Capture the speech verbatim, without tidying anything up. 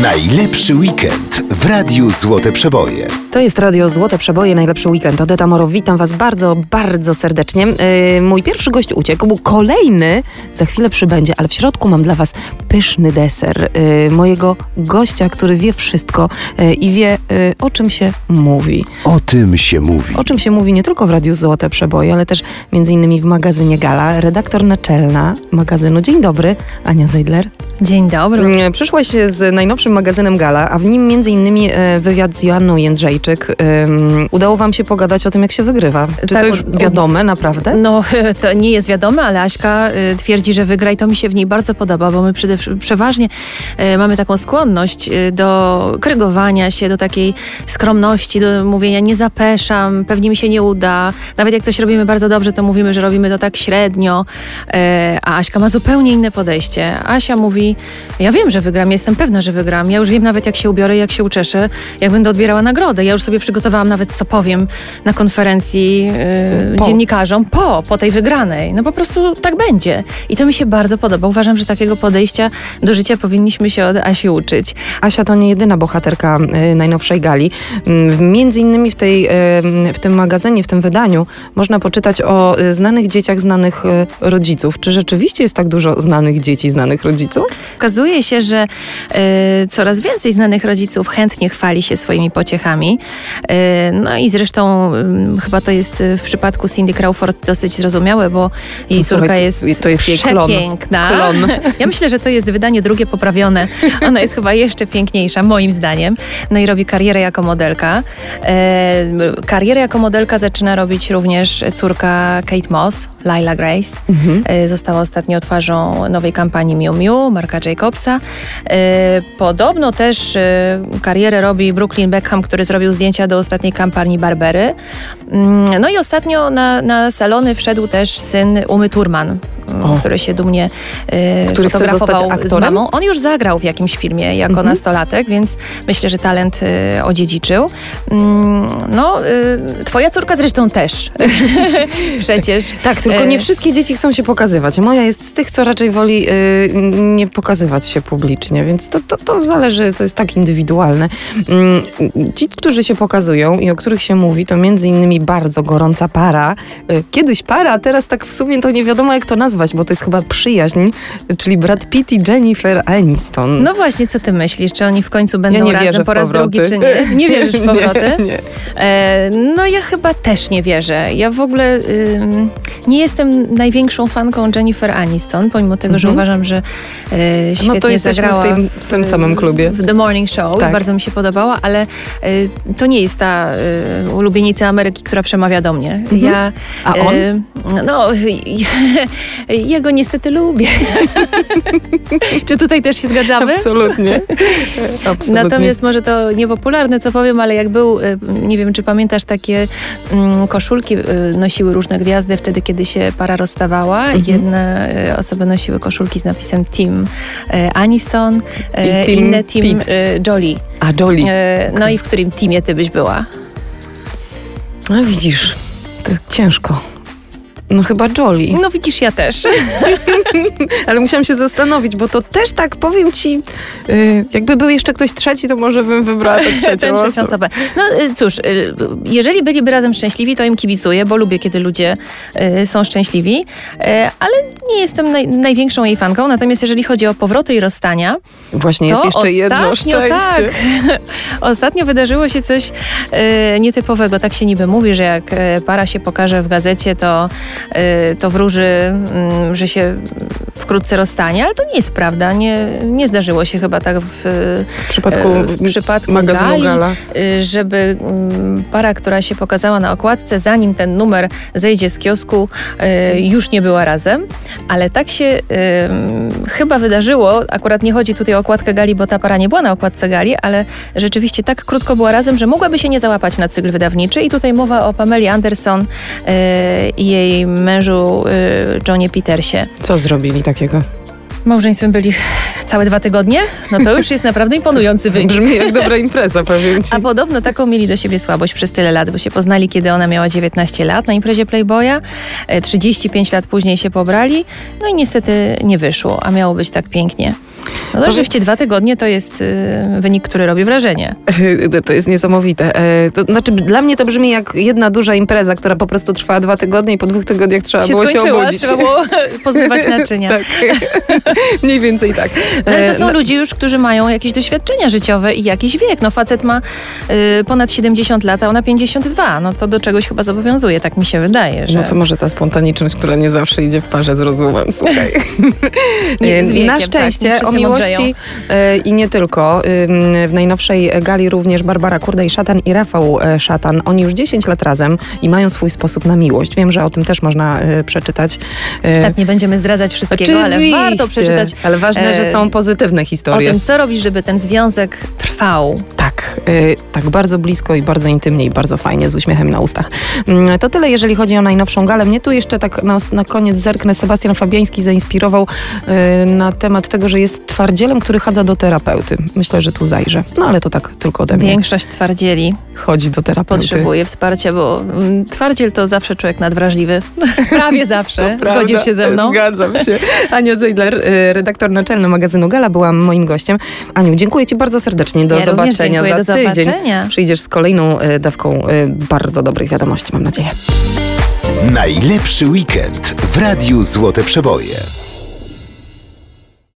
Najlepszy weekend w Radiu Złote Przeboje. To jest Radio Złote Przeboje, najlepszy weekend. Odeta Moro, witam Was bardzo, bardzo serdecznie. Yy, mój pierwszy gość uciekł, kolejny za chwilę przybędzie, ale w środku mam dla Was pyszny deser yy, mojego gościa, który wie wszystko yy, i wie, yy, o czym się mówi. O tym się mówi. O czym się mówi nie tylko w Radiu Złote Przeboje, ale też między innymi w magazynie Gala. Redaktor naczelna magazynu. Dzień dobry, Ania Zeidler. Dzień dobry. Yy, przyszłaś z najnowszym magazynem Gala, a w nim między innymi yy, wywiad z Joanną Jędrzejczyk. Yy, udało Wam się pogadać o tym, jak się wygrywa. Czy tak, to już wiadome, naprawdę? No, to nie jest wiadome, ale Aśka y, twierdzi, że wygra i to mi się w niej bardzo podoba, bo my przede, przeważnie y, mamy taką skłonność y, do krygowania się, do takiej skromności, do mówienia nie zapeszam, pewnie mi się nie uda. Nawet jak coś robimy bardzo dobrze, to mówimy, że robimy to tak średnio, y, a Aśka ma zupełnie inne podejście. Asia mówi, ja wiem, że wygram, jestem pewna, że wygram. Ja już wiem nawet, jak się ubiorę, jak się uczeszę, jak będę odbierała nagrodę. Ja już sobie przygotowałam nawet, co powiem na konferencji yy, dziennikarzom po, po tej wygranej. No po prostu tak będzie. I to mi się bardzo podoba. Uważam, że takiego podejścia do życia powinniśmy się od Asi uczyć. Asia to nie jedyna bohaterka y, najnowszej gali. Y, między innymi w, tej, y, w tym magazynie, w tym wydaniu można poczytać o y, znanych dzieciach, znanych y, rodziców. Czy rzeczywiście jest tak dużo znanych dzieci, znanych rodziców? Okazuje się, że y, coraz więcej znanych rodziców chętnie chwali się swoimi pociechami. Y, no i zresztą y, chyba to jest w przypadku Cindy Crawford dosyć zrozumiałe, bo jej No, córka słuchaj, jest to jest jej klon. przepiękna. Klon. Ja myślę, że to jest wydanie drugie poprawione. Ona jest chyba jeszcze piękniejsza, moim zdaniem. No i robi karierę jako modelka. E, karierę jako modelka zaczyna robić również córka Kate Moss, Lila Grace. Mhm. E, została ostatnio twarzą nowej kampanii Miu Miu, Marka Jacobsa. E, podobno też e, karierę robi Brooklyn Beckham, który zrobił zdjęcia do ostatniej kampanii Barbery. Mm, no i ostatnio na, na salony wszedł też syn Umy Thurman, o. który się dumnie e, który fotografował chce zostać aktorem? z mamą. On już zagrał w jakimś filmie jako mhm. nastolatek, więc myślę, że talent y, odziedziczył. Mm, no, y, twoja córka zresztą też. Przecież. Tak, tylko nie wszystkie dzieci chcą się pokazywać. Moja jest z tych, co raczej woli y, nie pokazywać się publicznie, więc to, to, to zależy, to jest tak indywidualne. Y, ci, którzy się pokazują i o których się mówi, to między innymi bardzo gorąca para. Y, kiedyś para, a teraz tak w sumie to nie wiadomo, jak to nazwać, bo to jest chyba przyjaźń, czyli Brad Pitt i Jennifer Aniston. No właśnie, co ty myślisz? Czy oni w końcu będą ja razem po raz drugi, czy nie? Nie wierzysz w powroty? nie, nie. E, no ja chyba też nie wierzę. Ja w ogóle y, nie jestem największą fanką Jennifer Aniston, pomimo tego, mhm. że uważam, że y, świetnie no to zagrała w, tej, w tym samym klubie. W The Morning Show. Tak. Bardzo mi się podobała, ale y, to nie jest ta y, ulubienica Ameryki, która przemawia do mnie. Mhm. Ja, A on? Y, no, ja go niestety lubię. Czy tutaj też się zgadzamy? Absolutnie. Absolutnie. Natomiast może to niepopularne, co powiem, ale jak był, nie wiem, czy pamiętasz, takie mm, koszulki nosiły różne gwiazdy wtedy, kiedy się para rozstawała. Mhm. Jedne osoby nosiły koszulki z napisem Team Aniston, I team inne Team Pete. Jolie. A, Jolie. No i w którym teamie ty byś była? A widzisz, to ciężko. No chyba Jolie. No widzisz, ja też. Ale musiałam się zastanowić, bo to też tak, powiem ci, yy, jakby był jeszcze ktoś trzeci, to może bym wybrała tę trzecią osobę. osobę. No y, cóż, y, jeżeli byliby razem szczęśliwi, to im kibicuję, bo lubię, kiedy ludzie y, są szczęśliwi, y, ale nie jestem naj, największą jej fanką. Natomiast jeżeli chodzi o powroty i rozstania, właśnie jest jeszcze jedno szczęście. Tak, ostatnio wydarzyło się coś y, nietypowego. Tak się niby mówi, że jak y, para się pokaże w gazecie, to to wróży, że się wkrótce rozstanie, ale to nie jest prawda. Nie, nie zdarzyło się chyba tak w, w przypadku, w przypadku magazynu Gali, Gala, żeby para, która się pokazała na okładce, zanim ten numer zejdzie z kiosku, już nie była razem, ale tak się chyba wydarzyło. Akurat nie chodzi tutaj o okładkę Gali, bo ta para nie była na okładce Gali, ale rzeczywiście tak krótko była razem, że mogłaby się nie załapać na cykl wydawniczy i tutaj mowa o Pameli Anderson i jej mężu y, Johnie Petersie. Co zrobili takiego? Małżeństwem byli całe dwa tygodnie? No to już jest naprawdę imponujący wynik. Brzmi jak dobra impreza, powiem ci. A podobno taką mieli do siebie słabość przez tyle lat, bo się poznali, kiedy ona miała dziewiętnaście lat na imprezie Playboya. trzydzieści pięć lat później się pobrali. No i niestety nie wyszło, a miało być tak pięknie. No to rzeczywiście dwa tygodnie to jest y, wynik, który robi wrażenie. To jest niesamowite. E, to znaczy, dla mnie to brzmi jak jedna duża impreza, która po prostu trwała dwa tygodnie i po dwóch tygodniach trzeba się było skończyła, się obudzić. trzeba było pozmywać naczynia. Tak. Mniej więcej tak. Ale to są no, ludzie już, którzy mają jakieś doświadczenia życiowe i jakiś wiek. No facet ma y, ponad siedemdziesiąt lat, a ona pięćdziesiąt dwa. No to do czegoś chyba zobowiązuje, tak mi się wydaje. Że... No co może ta spontaniczność, która nie zawsze idzie w parze z rozumem, słuchaj. Nie, z wiekiem, Na szczęście tak, o miłości e, i nie tylko. E, w najnowszej gali również Barbara Kurdej-Szatan i Rafał e, Szatan. Oni już dziesięć lat razem i mają swój sposób na miłość. Wiem, że o tym też można e, przeczytać. E, Tak, nie będziemy zdradzać wszystkiego, Oczywiście, ale warto przeczytać. Ale ważne, e, że są pozytywne O historie. tym, co robisz, żeby ten związek trwał. Tak, y, tak bardzo blisko i bardzo intymnie i bardzo fajnie, z uśmiechem na ustach. Mm, To tyle, jeżeli chodzi o najnowszą galę. Mnie tu jeszcze tak na, na koniec zerknę. Sebastian Fabiański zainspirował y, na temat tego, że jest twardzielem, który chadza do terapeuty. Myślę, że tu zajrzę. No ale to tak tylko ode mnie. Większość twardzieli Chodzi do terapeuty. potrzebuje wsparcia, bo mm, twardziel to zawsze człowiek nadwrażliwy. Prawie zawsze. Prawda, Zgodzisz się ze mną? Zgadzam się. Ania Zeidler, y, redaktor naczelny magazynu Gala, była moim gościem. Aniu, dziękuję ci bardzo serdecznie. Do Ja również zobaczenia dziękuję, za do tydzień. zobaczenia. Przyjdziesz z kolejną y, dawką y, bardzo dobrych wiadomości, mam nadzieję. Najlepszy weekend w Radiu Złote Przeboje.